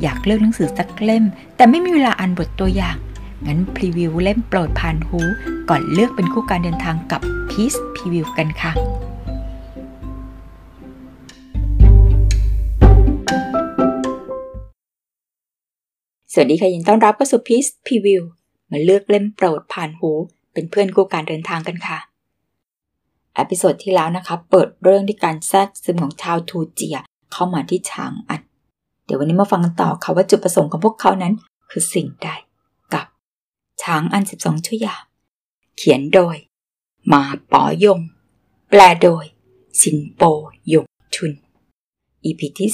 อยากเลือกหนังสือสักเล่มแต่ไม่มีเวลาอ่านบทตัวอย่างงั้นพรีวิวเล่มโปรดผ่านหูก่อนเลือกเป็นคู่การเดินทางกับ Peace Preview กันค่ะสวัสดีค่ะยินดีต้อนรับเข้าสู่ Peace Preview มาเลือกเล่มโปรดผ่านหูเป็นเพื่อนคู่การเดินทางกันค่ะเอพิโซดที่แล้วนะคะเปิดเรื่องด้วยการแทรกซึมของชาวทูเจียเข้ามาที่ฉางอันเดี๋ยววันนี้มาฟังกันต่อค่ะว่าจุดประสงค์ของพวกเขานั้นคือสิ่งใดกับฉางอัน12ชั่วยามเขียนโดยหมาป๋อยงแปลโดยซินโปหยงชุน EP ที่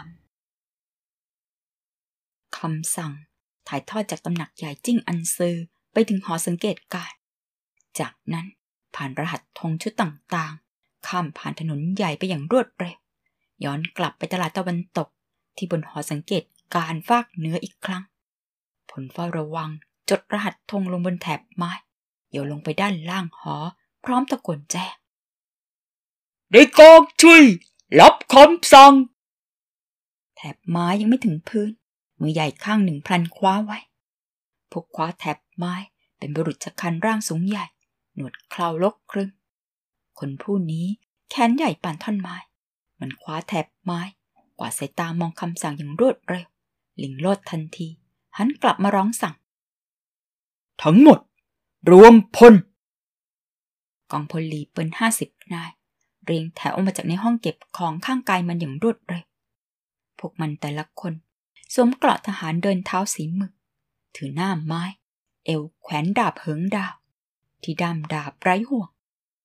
3คำสั่งถ่ายทอดจากตำหนักใหญ่จิ้งอันซือไปถึงหอสังเกตการณ์จากนั้นผ่านรหัสธงชุดต่างๆข้ามผ่านถนนใหญ่ไปอย่างรวดเร็วย้อนกลับไปตลาดตะวันตกที่บนหอสังเกตการณ์ฟากเหนืออีกครั้งผลเฝ้าระวังจดรหัสธงลงบนแถบไม้โยนลงไปด้านล่างหอพร้อมตะโกนแจ้งได้กองช่วยรับคำสั่งแถบไม้ยังไม่ถึงพื้นมือใหญ่ข้างหนึ่งพลันคว้าไว้พวกคว้าแถบไม้เป็นบุรุษชะกันร่างสูงใหญ่หนวดเคราลกครึ้มคนผู้นี้แขนใหญ่ปานท่อนไม้มันคว้าแถบไม้กวาดสายตามองคำสั่งอย่างรวดเร็วหลิงโลดทันทีหันกลับมาร้องสั่งทั้งหมดรวมพลกองพลหลีเปิ้น50 นายเรียงแถวออกมาจากในห้องเก็บของข้างกายมันอย่างรวดเร็วพวกมันแต่ละคนสวมเกราะทหารเดินเท้าสีหมึกถือหน้าไม้เอวแขวนดาบเหิงดาวที่ด้ามดาบไร้ห่วง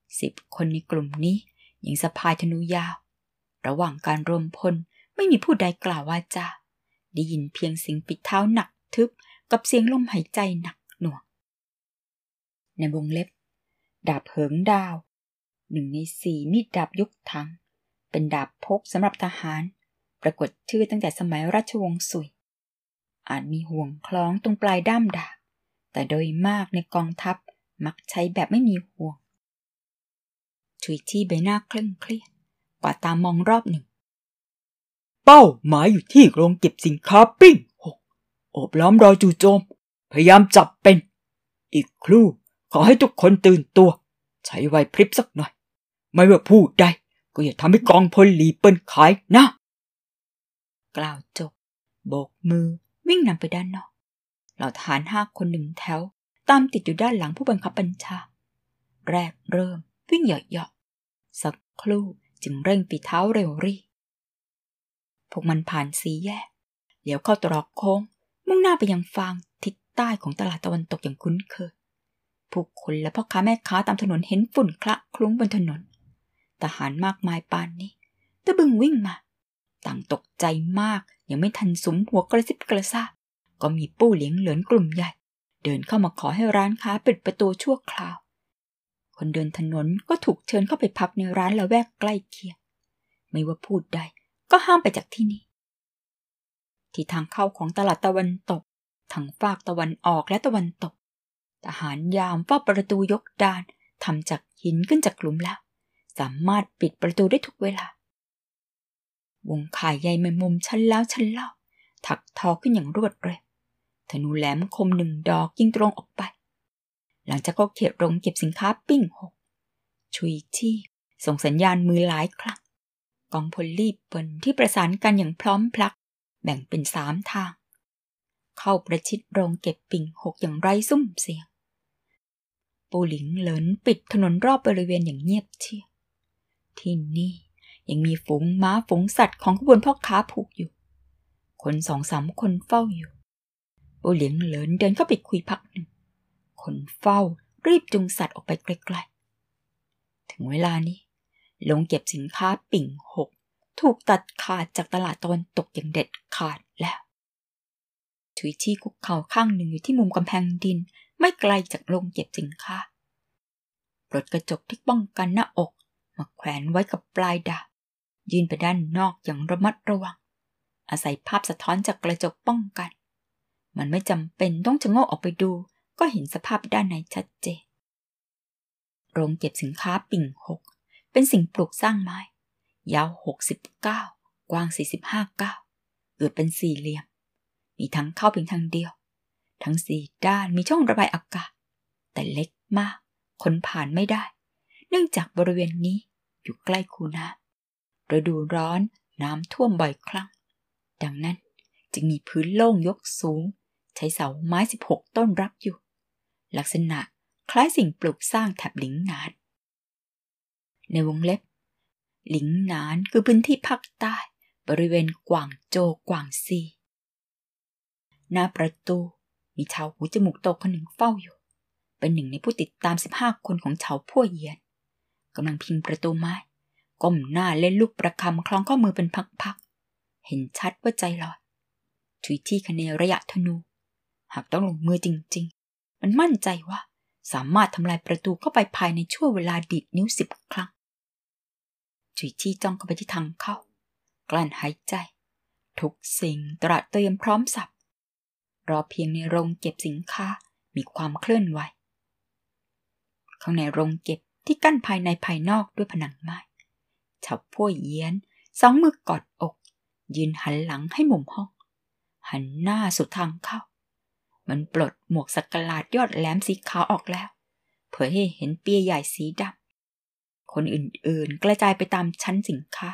10 คนในกลุ่มนี้ยังสะพายธนูยาวระหว่างการรวมพลไม่มีผู้ใดกล่าวว่าจาได้ยินเพียงเสียงปิดเท้าหนักทึบกับเสียงลมหายใจหนักหน่วงในวงเล็บดาบเหิงดาว1 ใน 4มีดดาบยุคถังเป็นดาบพกสำหรับทหารปรากฏชื่อตั้งแต่สมัยราชวงศ์ซุยอาจมีห่วงคล้องตรงปลายด้ามดาบแต่โดยมากในกองทัพมักใช้แบบไม่มีห่วงชุยชี่ใบหน้าเคร่งเครียดกวาดตามองรอบหนึ่งเป้าหมายอยู่ที่โรงเก็บสินค้าปิ้ง6โอบล้อมรอจู่โจมพยายามจับเป็นอีกครู่ขอให้ทุกคนตื่นตัวใช้ไหวพริบสักหน่อยไม่ว่าผู้ใดก็อย่าทำให้กองพลหลีเปิ้นขายนะกล่าวจบโบกมือวิ่งนำไปด้านนอกเหล่าทหาร5 คน1 แถวตามติดอยู่ด้านหลังผู้บังคับบัญชาแรกเริ่มวิ่งเหยาะๆสักครู่จึงเร่งปีเท้าเร็วรีพวกมันผ่าน4 แยกเลี้ยวเข้าตรอกโค้งมุ่งหน้าไปยังฟางทิศใต้ของตลาดตะวันตกอย่างคุ้นเคยผู้คนและพ่อค้าแม่ค้าตามถนนเห็นฝุ่นคละคลุ้งบนถนนทหารมากมายปานนี้ตะบึงวิ่งมาต่างตกใจมากยังไม่ทันสุมหัวกระซิบกระซาบก็มีปู้เหลียงเหลินกลุ่มใหญ่เดินเข้ามาขอให้ร้านค้าปิดประตูชั่วคราวคนเดินถนนก็ถูกเชิญเข้าไปพักในร้านละแวกใกล้เคียงไม่ว่าพูดใดก็ห้ามไปจากที่นี่ที่ทางเข้าของตลาดตะวันตกทั้งฝากตะวันออกและตะวันตกทหารยามเฝ้าประตูยกดานทำจากหินขึ้นจากหลุมแล้วสามารถปิดประตูได้ทุกเวลาวงข่ายใยแมงมุมชั้นแล้วชั้นเล่าถักทอขึ้นอย่างรวดเร็วธนูแหลมคม1 ดอกยิงตรงออกไปหลังจากเข้าเขตโรงเก็บสินค้าปิ้ง6ชุยชี่ส่งสัญญาณมือหลายครั้งกองพลรีบเปิลที่ประสานกันอย่างพร้อมพลักแบ่งเป็น3 ทางเข้าประชิดโรงเก็บปิ้ง6อย่างไร้ซุ่มเสียงปูหลิงเหลินปิดถนนรอบบริเวณอย่างเงียบเชียบที่นี่ยังมีฝูงม้าฝูงสัตว์ของขบวนพ่อค้าผูกอยู่คน 2-3 คนเฝ้าอยู่ปูหลิงเหลินเดินเข้าไปคุยพักหนึ่งคนเฝ้ารีบจูงสัตว์ออกไปไกลๆถึงเวลานี้โรงเก็บสินค้าปิ่ง6ถูกตัดขาดจากตลาดตะวันตกอย่างเด็ดขาดแล้วชุยชี่คุกเข่าข้างหนึ่งอยู่ที่มุมกำแพงดินไม่ไกลจากโรงเก็บสินค้าปลดกระจกที่ป้องกันหน้าอกมาแขวนไว้กับปลายดาบยื่นไปด้านนอกอย่างระมัดระวังอาศัยภาพสะท้อนจากกระจกป้องกันมันไม่จำเป็นต้องชะโงกออกไปดูก็เห็นสภาพด้านในชัดเจนโรงเก็บสินค้าปิ่ง6เป็นสิ่งปลูกสร้างไม้ยาว69กว้าง45 ก้าวเกือบเป็น4 เหลี่ยมมีทางเข้าเพียงทางเดียวทั้ง4 ด้านมีช่องระบายอากาศแต่เล็กมากคนผ่านไม่ได้เนื่องจากบริเวณนี้อยู่ใกล้คูน้ำฤดูร้อนน้ำท่วมบ่อยครั้งดังนั้นจึงมีพื้นโล่งยกสูงใช้เสาไม้16 ต้นรับอยู่ลักษณะคล้ายสิ่งปลูกสร้างแถบหลิงหนานในวงเล็บหลิงหนานคือพื้นที่ภาคใต้บริเวณกวางโจวกวางซีหน้าประตูมีชาวหูจมูกโตคนหนึ่งเฝ้าอยู่เป็นหนึ่งในผู้ติดตาม15 คนของเฉาพั่วเหยียนกำลังพิงประตูไม้ก้มหน้าเล่นลูกประคำคล้องข้อมือเป็นพักๆเห็นชัดว่าใจลอยถุยที่คะเนระยะธนูหากต้องลงมือจริงๆมันมั่นใจว่าสามารถทำลายประตูเข้าไปภายในช่วงเวลาดีดนิ้ว10 ครั้งถุยที่จ้องเข้าไปที่ทางเข้ากลั้นหายใจทุกสิ่งตระเตรียมพร้อมสับรอเพียงในโรงเก็บสินค้ามีความเคลื่อนไหวข้างในโรงเก็บที่กั้นภายในภายนอกด้วยผนังไม้เฉาพั่วเหยียน2 มือกอดอกยืนหันหลังให้มุมห้องหันหน้าสู่ทางเข้ามันปลดหมวกสักหลาดยอดแหลมสีขาวออกแล้วเผยให้เห็นเปียใหญ่สีดำคนอื่นๆกระจายไปตามชั้นสินค้า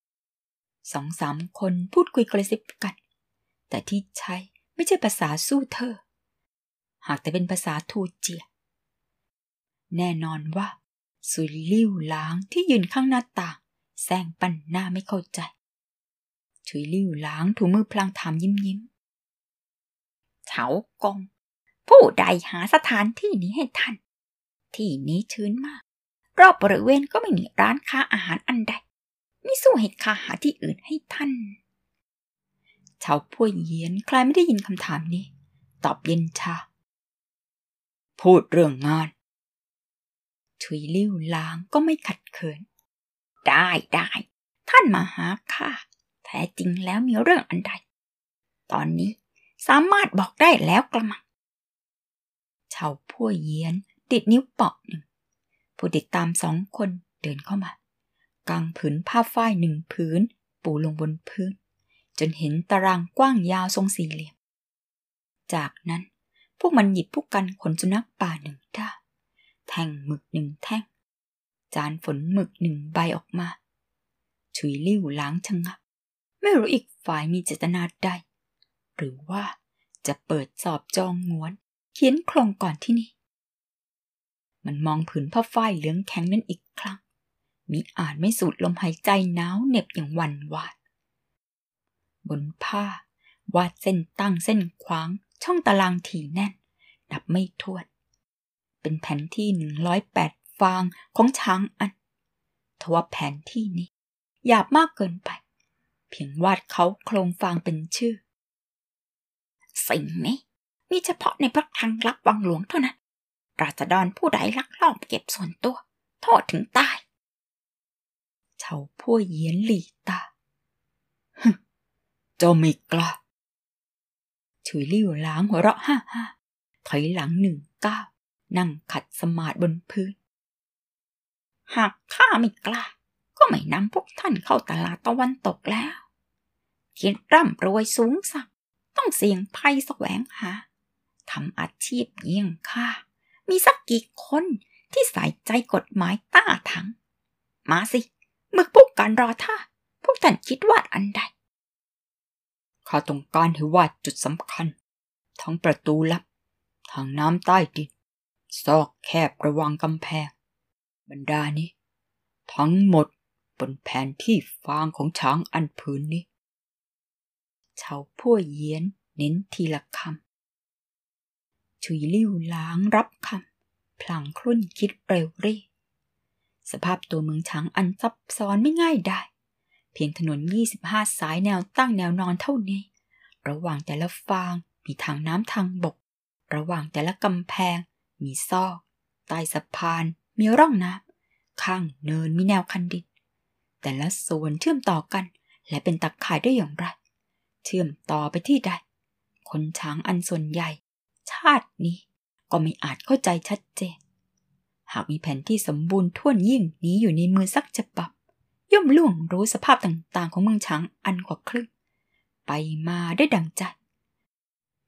2-3 คนพูดคุยกระซิบกันแต่ที่ใช้ไม่ใช่ภาษาสู้เธอหากแต่เป็นภาษาทูเจียแน่นอนว่าซุยลิ่วหลางที่ยืนข้างหน้าต่างแซงปั้นหน้าไม่เข้าใจซุยลิ่วหลางถูมือพลางถามยิ้มเฉากงผู้ใดหาสถานที่นี้ให้ท่านที่นี้ชื้นมากรอบบริเวณก็ไม่มีร้านค้าอาหารอันใดมิสู้ให้ข้าหาที่อื่นให้ท่านเฉาพั่วเหยียนคล้ายไม่ได้ยินคำถามนี้ตอบเย็นชาพูดเรื่องงานถุยลิ่วหลางก็ไม่ขัดเขินได้ท่านมาหาข้าแท้จริงแล้วมีเรื่องอันใดตอนนี้สามารถบอกได้แล้วกระมังเฉาพั่วเหยียนติดนิ้วเปาะหนึ่งผู้ติดตาม2 คนเดินเข้ามากางผืนผ้าฝ้าย1 ผืนปูลงบนพื้นจนเห็นตารางกว้างยาวทรงสี่เหลี่ยมจากนั้นพวกมันหยิบผู้กันขนสุนัขป่า1 ด้ามแท่งหมึก1 แท่งจานฝนหมึก1 ใบออกมาฉุยลิ่วหลางชะงักไม่รู้อีกฝ่ายมีเจตนาใดหรือว่าจะเปิดสอบจองงวนเขียนโครงก่อนที่นี่มันมองผืนผ้าฝ้ายเหลืองแข็งนั้นอีกครั้งมิอาจไม่สูดลมหายใจหนาวเหน็บอย่างหวั่นหวาดบนผ้าวาดเส้นตั้งเส้นขวางช่องตารางถี่แน่นนับไม่ถ้วนเป็นแผนที่108 ฟางของช้างอันทว่าแผนที่นี้หยาบมากเกินไปเพียงวาดเขาโครงฟางเป็นชื่อสิ่งนี้มีเฉพาะในพระคลังลับวังหลวงเท่านั้นราษฎรผู้ใดลักลอบเก็บส่วนตัวโทษถึงตายเฉาพั่วเหยียนหลีตาเจ้าไม่กล้าฉุยลิ่วหลางหัวเราะฮ่าถอยหลัง1 ก้าวนั่งขัดสมาธิบนพื้นหากข้าไม่กล้าก็ไม่นำพวกท่านเข้าตลาดตะวันตกแล้วคิดร่ำรวยสูงสักต้องเสี่ยงภัยแสวงหาทำอาชีพเยี่ยงข้ามีสักกี่คนที่ใส่ใจกฎหมายต้าถังมาสิหมึกพวกกันรอท่าพวกท่านคิดวาดอันใดข้าต้องการให้วาดจุดสำคัญทั้งประตูลับทางน้ำใต้ดินซอกแคบระหว่างกำแพงบรรดานี้ทั้งหมดบนแผนที่ฟางของช้างอันผืนนี้เฉาพั่วเหยียนเน้นทีละคำฉุยลิ่วหลางรับคำพลางครุ่นคิดเร็วรีสภาพตัวเมืองช้างอันซับซ้อนไม่ง่ายได้เพียงถนน25 สายแนวตั้งแนวนอนเท่านี้ระหว่างแต่ละฟางมีทางน้ำทางบกระหว่างแต่ละกำแพงมีซอกใต้สะพานมีร่องน้ำข้างเนินมีแนวคันดินแต่ละส่วนเชื่อมต่อกันและเป็นตะข่ายได้อย่างไรเชื่อมต่อไปที่ใดคนช้างอันส่วนใหญ่ชาตินี้ก็ไม่อาจเข้าใจชัดเจนหากมีแผนที่สมบูรณ์ถ้วนยิ่งนี้อยู่ในมือสักฉบับย่อมล่วงรู้สภาพต่างๆของเมืองช้างอันกว่าครึ่งไปมาได้ดังใจ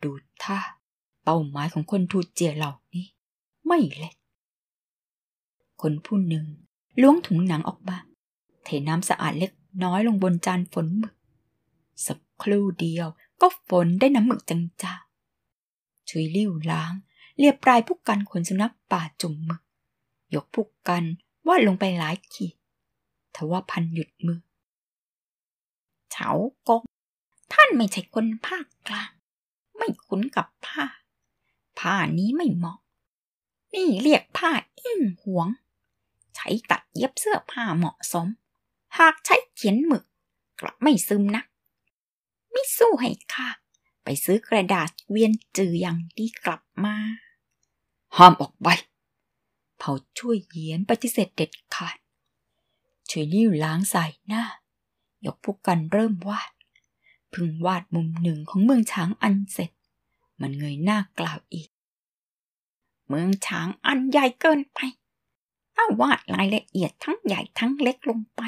ดูท่าเป้าหมายของคนทูเจียเหล่านี้ไม่เล็กคนผู้หนึ่งล้วงถุงหนังออกมาเทน้ำสะอาดเล็กน้อยลงบนจานฝนหมึกสักครู่เดียวก็ฝนได้น้ำหมึกจางๆชุยลิ้วล้างเลียปลายผู้กันขนสุนัขป่าจุ่มหมึกยกผู้กันวาดลงไปหลายขีดทว่าพันหยุดมือเฉากงท่านไม่ใช่คนภาคกลางไม่คุ้นกับผ้านี้ไม่เหมาะนี่เรียกผ้าอิ่งหวงใช้ตัดเย็บเสื้อผ้าเหมาะสมหากใช้เขียนหมึกกลับไม่ซึมนักมิสู้ให้ข้าไปซื้อกระดาษเวียนจืออย่างดีกลับมาห้ามออกไปเผ่าช่วยเยียนปฏิเสธเด็ดขาดช่วยลิ้วล้างใส่หน้ายกผู้กันเริ่มวาดพึงวาดมุมหนึ่งของเมืองช้างอันเสร็จมันเงยหน้ากล่าวอีกเมืองช้างอันใหญ่เกินไปถ้าวาดรายละเอียดทั้งใหญ่ทั้งเล็กลงไป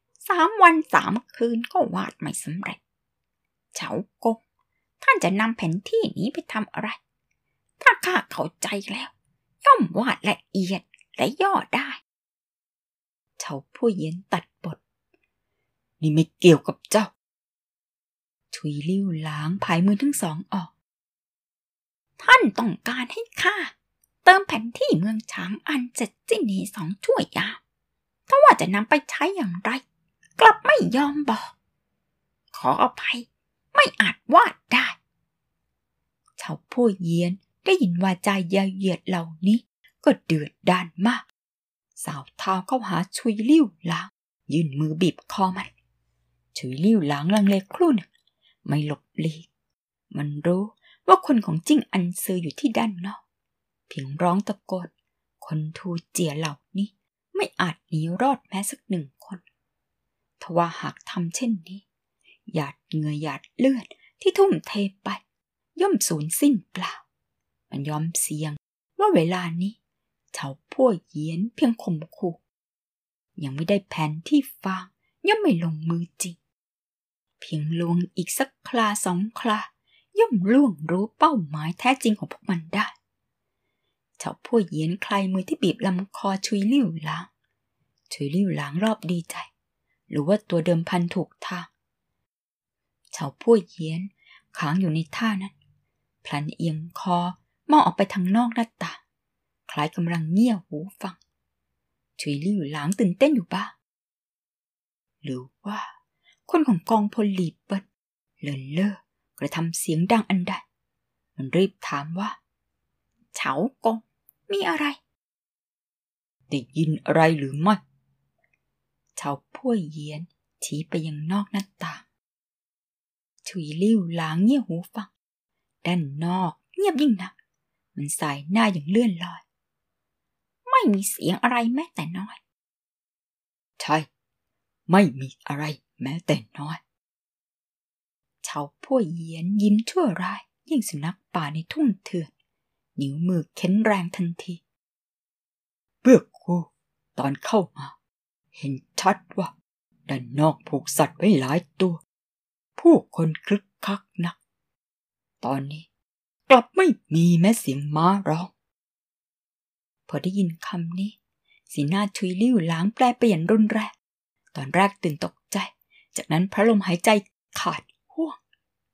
3 วัน 3 คืนก็วาดไม่สำเร็จเฉากงท่านจะนำแผนที่นี้ไปทำอะไรถ้าข้าเข้าใจแล้วย่อมวาดละเอียดและย่อได้เฉาผู้เย็นตัดบทนี่ไม่เกี่ยวกับเจ้าชุยลิ้วล้างผายมือทั้งสองออกท่านต้องการให้ข้าเติมแผนที่เมืองช้างอันเสร็จสิ้นใน2 ชั่วยามถ้าว่าจะนำไปใช้อย่างไรกลับไม่ยอมบอกขออภัยไม่อาจวาดได้เฉาผู้เยียนได้ยินวาจายาเหยียดเหล่านี้ก็เดือดดาลมากสาวเท้าเข้าหาชุยลิ้วล้างยื่นมือบีบคอมันชุยลิ้วล้างลังเลครู่หนึ่งไม่หลบหลีกมันรู้ว่าคนของจิ้งอันซืออยู่ที่ด้านนอกเพียงร้องตะโกนคนทูเจียเหล่านี้ไม่อาจหนีรอดแม้สัก1 คนทว่าหากทำเช่นนี้หยาดเหงื่อหยาดเลือดที่ทุ่มเทไปย่อมสูญสิ้นเปล่ามันยอมเสี่ยงว่าเวลานี้เฉาพั่วเยียนเพียงข่มขู่ยังไม่ได้แผนที่ฟางย่อมไม่ลงมือจริงเพียงลวงอีกสักคลา2 คลาย่อมล่วงรู้เป้าหมายแท้จริงของพวกมันได้เฉาพั่วเยียนคลายมือที่บีบลำคอชุยลิ้วล้างชุยลิ้วล้างรอบดีใจหรือว่าตัวเดิมพันถูกทางเฉาพั่วเยียนค้างอยู่ในท่านั้นพลันเอียงคอมองออกไปทางนอกหน้าต่างคล้ายกำลังเงี่ยหูฟังชุยลิ้วล้างตื่นเต้นอยู่บ้างหรือว่าคนของกองพลหลีเปิ้ลเลินเล่อกระทำเสียงดังอันใดมันรีบถามว่าเฉากงมีอะไรได้ยินอะไรหรือไม่เฉาพั่วเยียนชี้ไปยังนอกหน้าต่างชุยลิ้วล้างเงี่ยหูฟังด้านนอกเงียบยิ่งนักมันสายหน้าอย่างเลื่อนลอยไม่มีเสียงอะไรแม้แต่น้อยใช่ไม่มีอะไรแม้แต่น้อยเฉาพั่วเยียนยิ้มชั่วร้ายยิ่งสุนัขป่าในทุ่งเถื่อนนิ้วมือเค้นแรงทันทีเบื้อคู่ตอนเข้ามาเห็นชัดว่าด้านนอกผูกสัตว์ไว้หลายตัวผู้คนคลึกคลักนักตอนนี้กลับไม่มีแม้เสียงม้าร้องพอได้ยินคำนี้สีหน้าชุยลิ้วล้างแปรเปลี่ยนรุนแรงตอนแรกตื่นตกใจจากนั้นพระลมหายใจขาดห่วง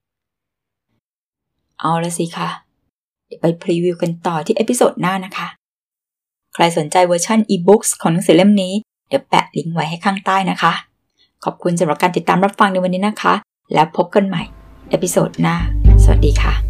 เอาละสิคะเดี๋ยวไปพรีวิวกันต่อที่เอพิโซดหน้านะคะใครสนใจเวอร์ชัน e-books ของหนังสือเล่มนี้เดี๋ยวแปะลิงก์ไว้ให้ข้างใต้นะคะขอบคุณสำหรับการติดตามรับฟังในวันนี้นะคะแล้วพบกันใหม่เอพิโซดหน้าสวัสดีค่ะ